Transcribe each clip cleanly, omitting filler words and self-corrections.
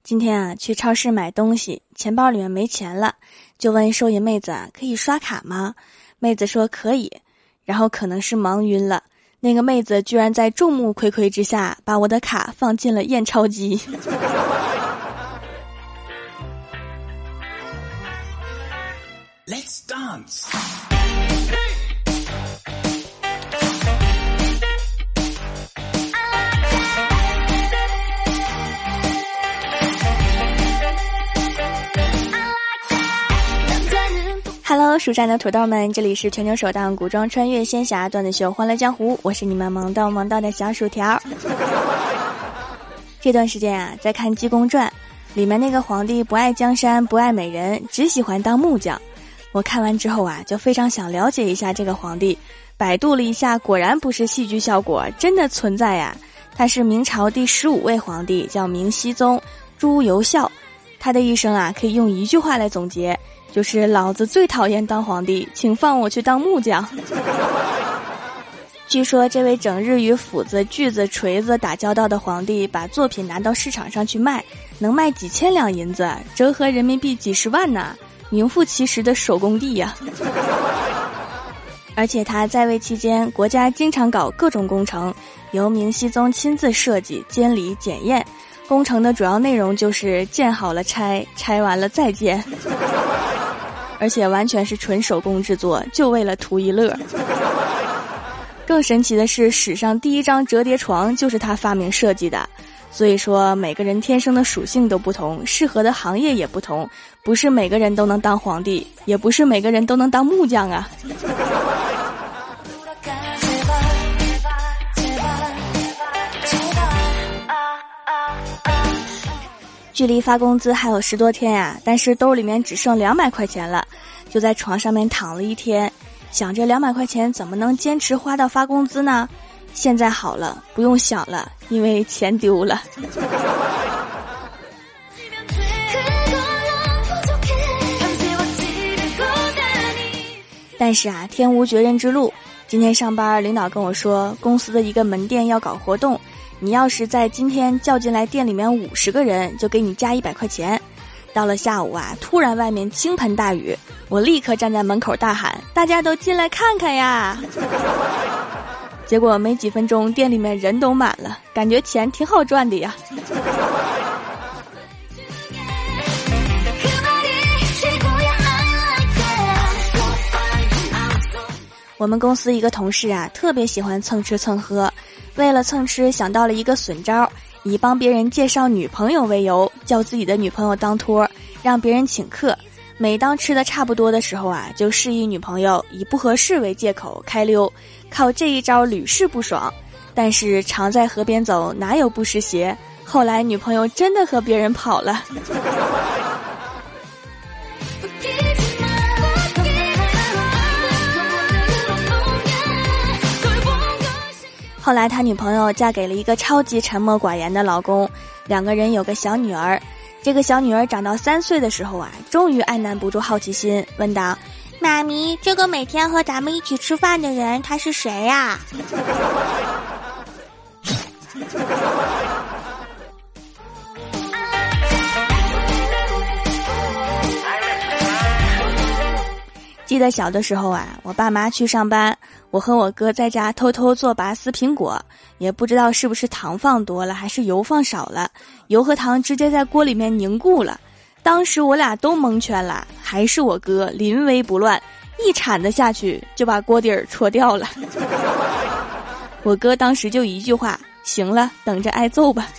今天啊，去超市买东西，钱包里面没钱了，就问收银妹子可以刷卡吗？妹子说可以，然后可能是忙晕了，那个妹子居然在众目睽睽之下把我的卡放进了验钞机。 Let's dance. Hello， 蜀山的土豆们，这里是全球首档古装穿越仙侠段子秀《欢乐江湖》，我是你们萌到的小薯条。这段时间啊，在看《济公传》，里面那个皇帝不爱江山，不爱美人，只喜欢当木匠。我看完之后啊，就非常想了解一下这个皇帝。百度了一下，果然不是戏剧效果，真的存在呀。他是明朝第15位皇帝，叫明熹宗朱由校。他的一生啊，可以用一句话来总结，就是老子最讨厌当皇帝，请放我去当木匠。据说这位整日与斧子、锯子、锤子打交道的皇帝，把作品拿到市场上去卖，能卖几千两银子，折合人民币几十万呢，名副其实的手工地呀。而且他在位期间，国家经常搞各种工程，由明熹宗亲自设计、监理、检验。工程的主要内容就是建好了拆，拆完了再建，而且完全是纯手工制作，就为了图一乐。更神奇的是，史上第一张折叠床就是他发明设计的。所以说，每个人天生的属性都不同，适合的行业也不同，不是每个人都能当皇帝，也不是每个人都能当木匠啊。距离发工资还有10多天呀，但是兜里面只剩200块钱了，就在床上面躺了一天，想着200块钱怎么能坚持花到发工资呢？现在好了，不用想了，因为钱丢了。但是啊，天无绝人之路。今天上班，领导跟我说，公司的一个门店要搞活动，你要是在今天叫进来店里面50个人，就给你加100块钱。到了下午啊，突然外面倾盆大雨，我立刻站在门口大喊，大家都进来看看呀。结果没几分钟，店里面人都满了，感觉钱挺好赚的呀。我们公司一个同事啊，特别喜欢蹭吃蹭喝，为了蹭吃想到了一个损招，以帮别人介绍女朋友为由，叫自己的女朋友当托，让别人请客。每当吃的差不多的时候啊，就示意女朋友以不合适为借口开溜，靠这一招屡试不爽。但是常在河边走，哪有不湿鞋？后来女朋友真的和别人跑了。后来他女朋友嫁给了一个超级沉默寡言的老公，2个人有个小女儿。这个小女儿长到3岁的时候啊，终于按捺不住好奇心，问道：妈咪，这个每天和咱们一起吃饭的人他是谁呀？记得小的时候啊，我爸妈去上班，我和我哥在家偷偷做拔丝苹果，也不知道是不是糖放多了还是油放少了，油和糖直接在锅里面凝固了。当时我俩都蒙圈了，还是我哥临危不乱，一铲子下去就把锅底儿戳掉了。我哥当时就一句话：行了，等着挨揍吧。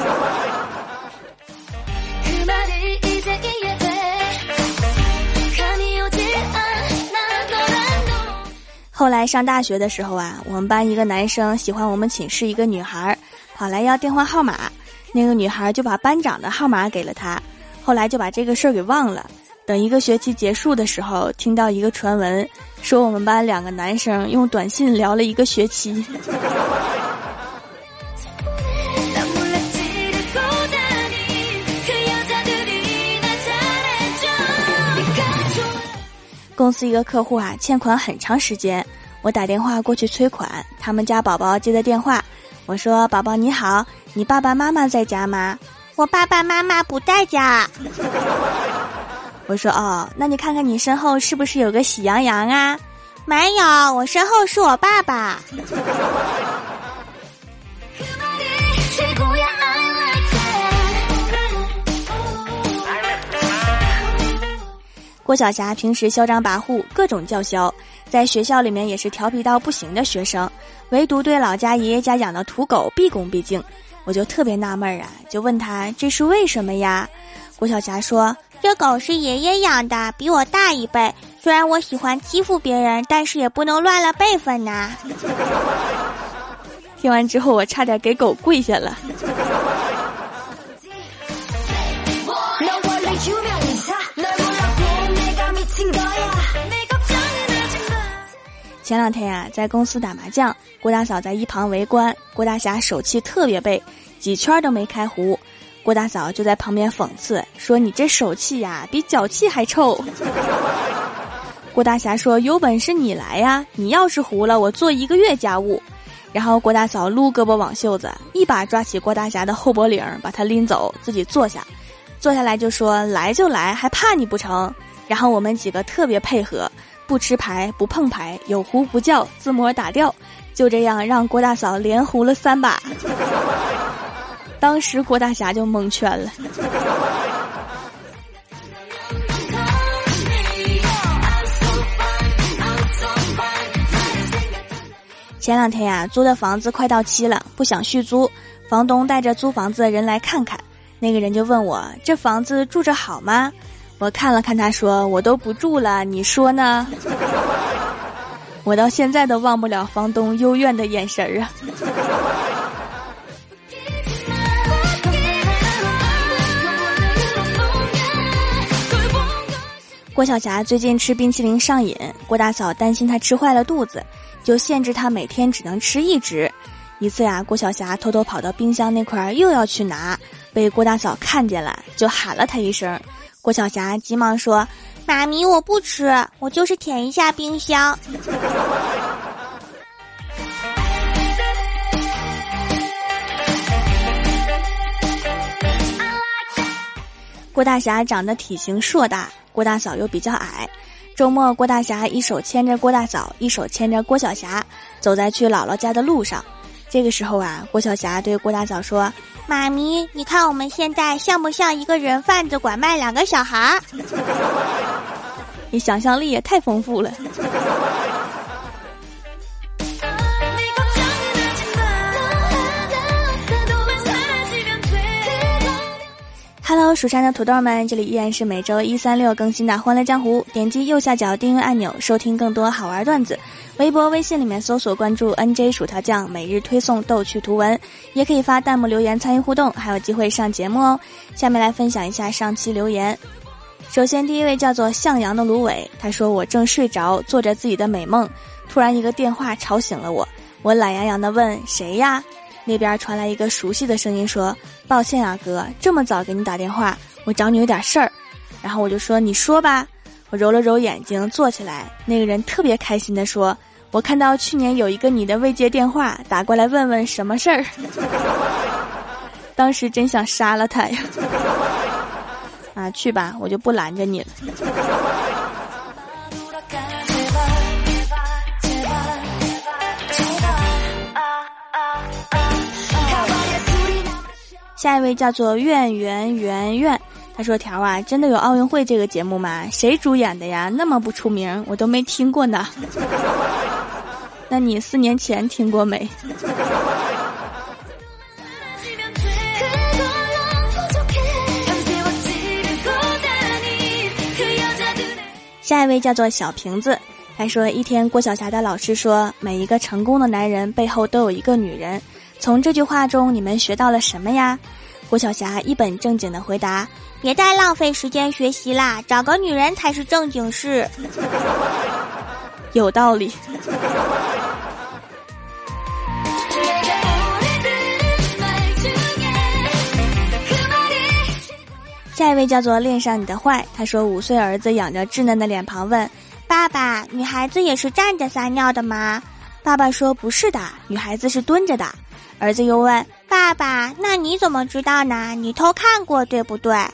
后来上大学的时候啊，我们班一个男生喜欢我们寝室一个女孩，跑来要电话号码，那个女孩就把班长的号码给了他，后来就把这个事儿给忘了。等1个学期结束的时候，听到一个传闻，说我们班2个男生用短信聊了1个学期。公司一个客户啊，欠款很长时间，我打电话过去催款，他们家宝宝接的电话，我说：宝宝你好，你爸爸妈妈在家吗？ 我爸爸妈妈不在家。我说哦，那你看看你身后是不是有个喜羊羊啊？没有，我身后是我爸爸。郭晓霞平时嚣张跋扈，各种叫嚣，在学校里面也是调皮到不行的学生，唯独对老家爷爷家养的土狗毕恭毕敬。我就特别纳闷啊，就问他这是为什么呀？郭晓霞说，这狗是爷爷养的，比我大1倍，虽然我喜欢欺负别人，但是也不能乱了辈分呐。听完之后我差点给狗跪下了。前2天呀，在公司打麻将，郭大嫂在一旁围观，郭大侠手气特别背，几圈都没开胡。郭大嫂就在旁边讽刺说，你这手气呀比脚气还臭。郭大侠说，有本事你来呀，你要是胡了我做1个月家务。然后郭大嫂撸胳膊挽袖子，一把抓起郭大侠的后脖领，把他拎走，自己坐下来就说，来就来，还怕你不成？然后我们几个特别配合，不吃牌不碰牌，有胡不叫，自摸打掉，就这样让郭大嫂连胡了3把。当时郭大侠就蒙圈了。前2天呀，租的房子快到期了，不想续租，房东带着租房子的人来看看，那个人就问我，这房子住着好吗？我看了看他说，我都不住了，你说呢？我到现在都忘不了房东幽怨的眼神啊。郭晓霞最近吃冰淇淋上瘾，郭大嫂担心她吃坏了肚子，就限制她每天只能吃1只。一次呀，郭晓霞偷偷跑到冰箱那块又要去拿，被郭大嫂看见了，就喊了她一声。郭晓霞急忙说，妈咪我不吃，我就是舔一下冰箱。郭大侠长得体型硕大，郭大嫂又比较矮。周末郭大侠一手牵着郭大嫂，一手牵着郭晓霞，走在去姥姥家的路上。这个时候啊，郭晓霞对郭大嫂说，妈咪你看我们现在像不像一个人贩子拐卖2个小孩？你想象力也太丰富了。Hello， 蜀山的土豆们，这里依然是每周1、3、6更新的欢乐江湖。点击右下角订阅按钮，收听更多好玩段子。微博、微信里面搜索关注 NJ 薯条酱，每日推送逗趣图文，也可以发弹幕留言参与互动，还有机会上节目哦。下面来分享一下上期留言。首先第一位叫做向阳的芦苇，他说，我正睡着做着自己的美梦，突然一个电话吵醒了我，我懒洋洋地问，谁呀？那边传来一个熟悉的声音说，抱歉啊哥，这么早给你打电话，我找你有点事儿。然后我就说，你说吧。我揉了揉眼睛坐起来，那个人特别开心地说，我看到去年有一个你的未接电话打过来问问什么事儿。当时真想杀了他呀。啊，去吧，我就不拦着你了。下一位叫做苑圆圆圆，他说，条啊，真的有奥运会这个节目吗？谁主演的呀？那么不出名，我都没听过呢。那你4年前听过没？下一位叫做小瓶子，他说，一天郭晓霞的老师说，每一个成功的男人背后都有一个女人，从这句话中你们学到了什么呀？郭晓霞一本正经地回答，别再浪费时间学习啦，找个女人才是正经事。有道理。下一位叫做恋上你的坏，他说5岁儿子仰着稚嫩的脸庞问，爸爸，女孩子也是站着撒尿的吗？爸爸说，不是的，女孩子是蹲着的。 儿子又问爸爸，那你怎么知道呢？你偷看过对不对？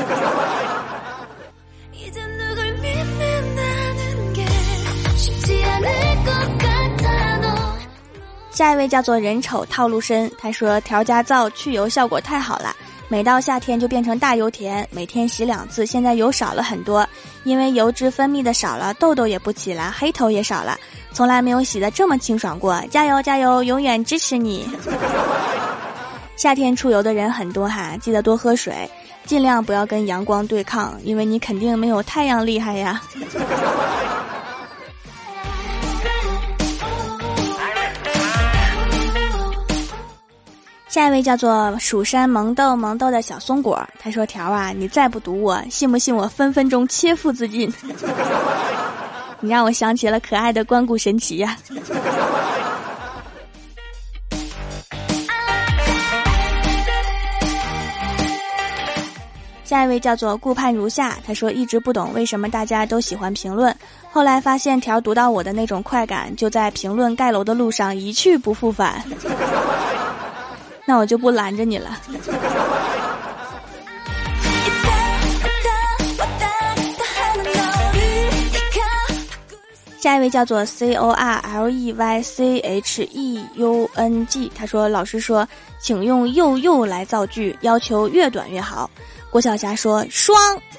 下一位叫做人丑套路深，他说调家皂去油效果太好了，每到夏天就变成大油田，每天洗2次，现在油少了很多，因为油脂分泌的少了，痘痘也不起了，黑头也少了，从来没有洗得这么清爽过，加油加油，永远支持你。夏天出油的人很多哈，记得多喝水，尽量不要跟阳光对抗，因为你肯定没有太阳厉害呀。下一位叫做蜀山萌豆萌豆的小松果，他说条啊，你再不读我，信不信我分分钟切腹自尽？你让我想起了可爱的关谷神奇呀。下一位叫做顾盼如下，他说一直不懂为什么大家都喜欢评论，后来发现条读到我的那种快感就在评论盖楼的路上一去不复返。那我就不拦着你了。下一位叫做 CORLEYCHEUNG， 他说老师说请用又又来造句，要求越短越好。郭晓霞说双。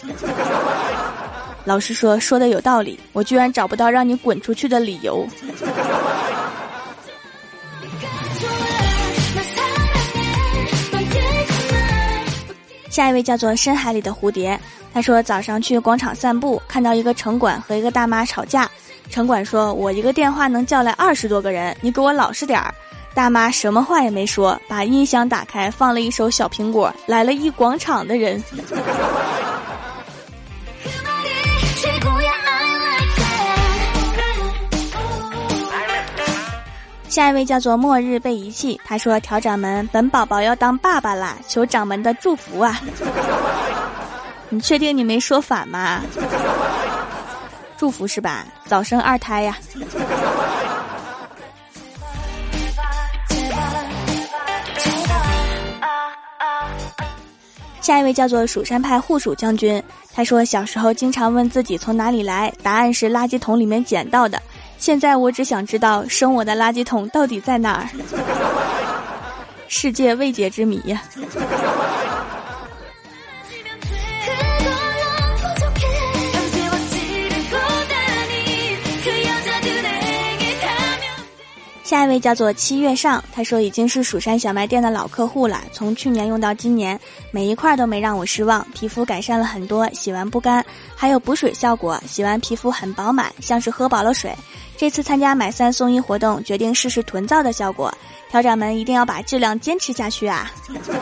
老师说的有道理，我居然找不到让你滚出去的理由。下一位叫做深海里的蝴蝶，他说早上去广场散步，看到一个城管和一个大妈吵架，城管说我一个电话能叫来20多个人，你给我老实点儿。大妈什么话也没说，把音响打开放了一首小苹果，来了一广场的人。下一位叫做末日被遗弃，他说调掌门，本宝宝要当爸爸啦，求掌门的祝福啊。你确定你没说反吗？祝福是吧？早生2胎呀。下一位叫做蜀山派护蜀将军，他说小时候经常问自己从哪里来，答案是垃圾桶里面捡到的，现在我只想知道生我的垃圾桶到底在哪儿。世界未解之谜呀。下一位叫做7月上，他说已经是蜀山小卖店的老客户了，从去年用到今年，每一块都没让我失望，皮肤改善了很多，洗完不干，还有补水效果，洗完皮肤很饱满，像是喝饱了水。这次参加买3送1活动，决定试试囤皂的效果，调掌门一定要把质量坚持下去啊。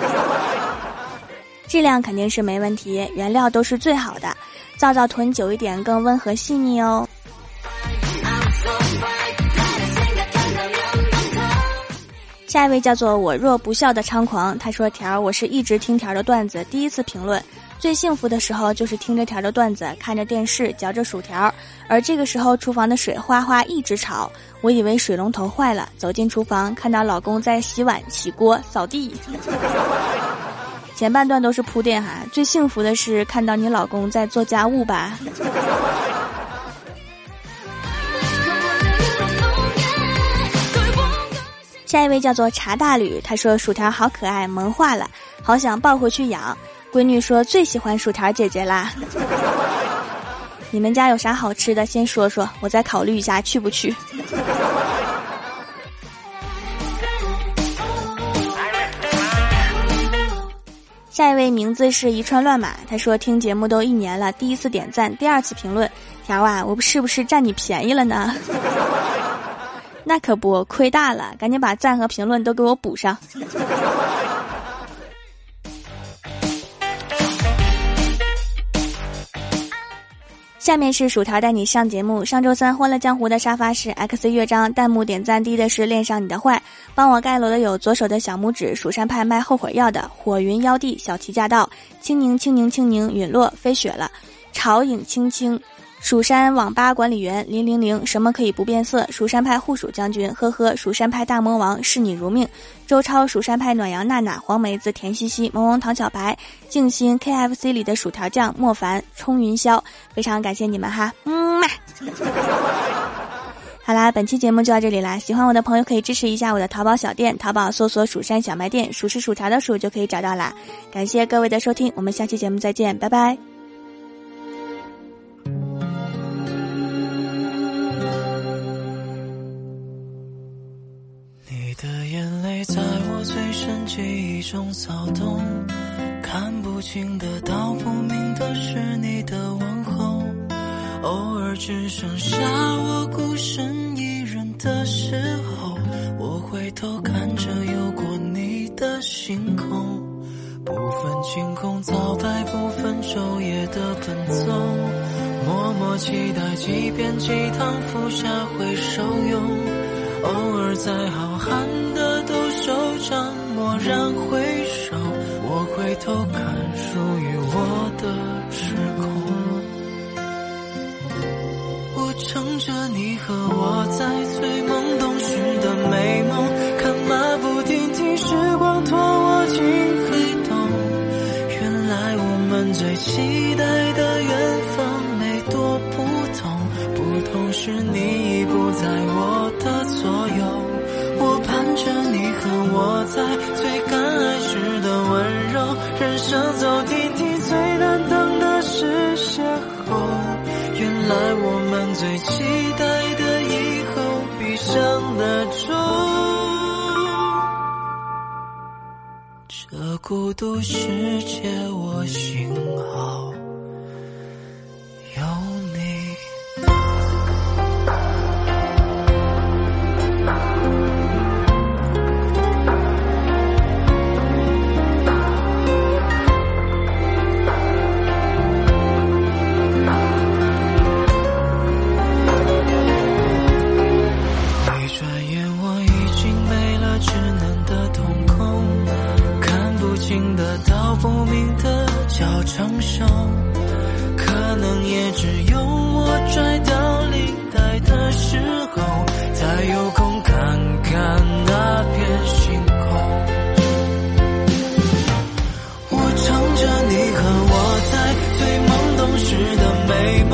质量肯定是没问题，原料都是最好的，皂皂囤久一点更温和细腻哦。下一位叫做我若不笑的猖狂，他说条我是一直听条的段子，第一次评论，最幸福的时候就是听着条的段子，看着电视嚼着薯条，而这个时候厨房的水哗哗一直吵，我以为水龙头坏了，走进厨房看到老公在洗碗洗锅扫地。前半段都是铺垫哈，最幸福的是看到你老公在做家务吧。下一位叫做茶大吕，他说薯条好可爱，萌化了，好想抱回去养。闺女说最喜欢薯条姐姐啦。你们家有啥好吃的先说说，我再考虑一下去不去。下一位名字是一串乱码，他说听节目都1年了，第一次点赞，第2次评论，条啊，我是不是占你便宜了呢？那可不，亏大了，赶紧把赞和评论都给我补上。下面是薯条带你上节目。上周3欢乐江湖的沙发是 X 乐章，弹幕点赞低的是恋上你的坏，帮我盖楼的有左手的小拇指，蜀山派卖后悔药的，火云妖帝，小旗驾到，青柠青柠青柠，陨落飞雪了，潮影青青， 蜀山网吧管理员000，什么可以不变色？蜀山派护蜀将军，呵呵。蜀山派大魔王，视你如命。周超，蜀山派暖阳娜娜，黄梅子，甜西西，萌萌糖小白，静心 KFC 里的薯条酱，莫凡，冲云霄，非常感谢你们哈，好啦，本期节目就到这里啦，喜欢我的朋友可以支持一下我的淘宝小店，淘宝搜索蜀山小卖店，蜀是薯条的蜀就可以找到啦。感谢各位的收听，我们下期节目再见，拜拜。 你的眼泪在我最深记忆中骚动，看不清的道不明的是你的问候，偶尔只剩下我孤身一人的时候，我回头看着有过你的星空，部分晴空早带部分昼夜的奔走，默默期待几遍鸡汤服下会受用，偶尔在浩瀚的兜手上蓦然回首，我回头看属于我的时空，我乘着你和我在最懵懂时的美梦，看马不停蹄时光拖我进黑洞，原来我们最期待的远方没多不同，不同是你已不在我的左右，我盼着你和我在最敢爱时的温柔，人生走停停最难等的是邂逅，原来我们最期待的以后闭上的钟，这孤独世界我幸好有你。不明的叫成熟，可能也只有我拽到领带的时候，才有空看看那片星空，我乘着你和我在最懵懂时的美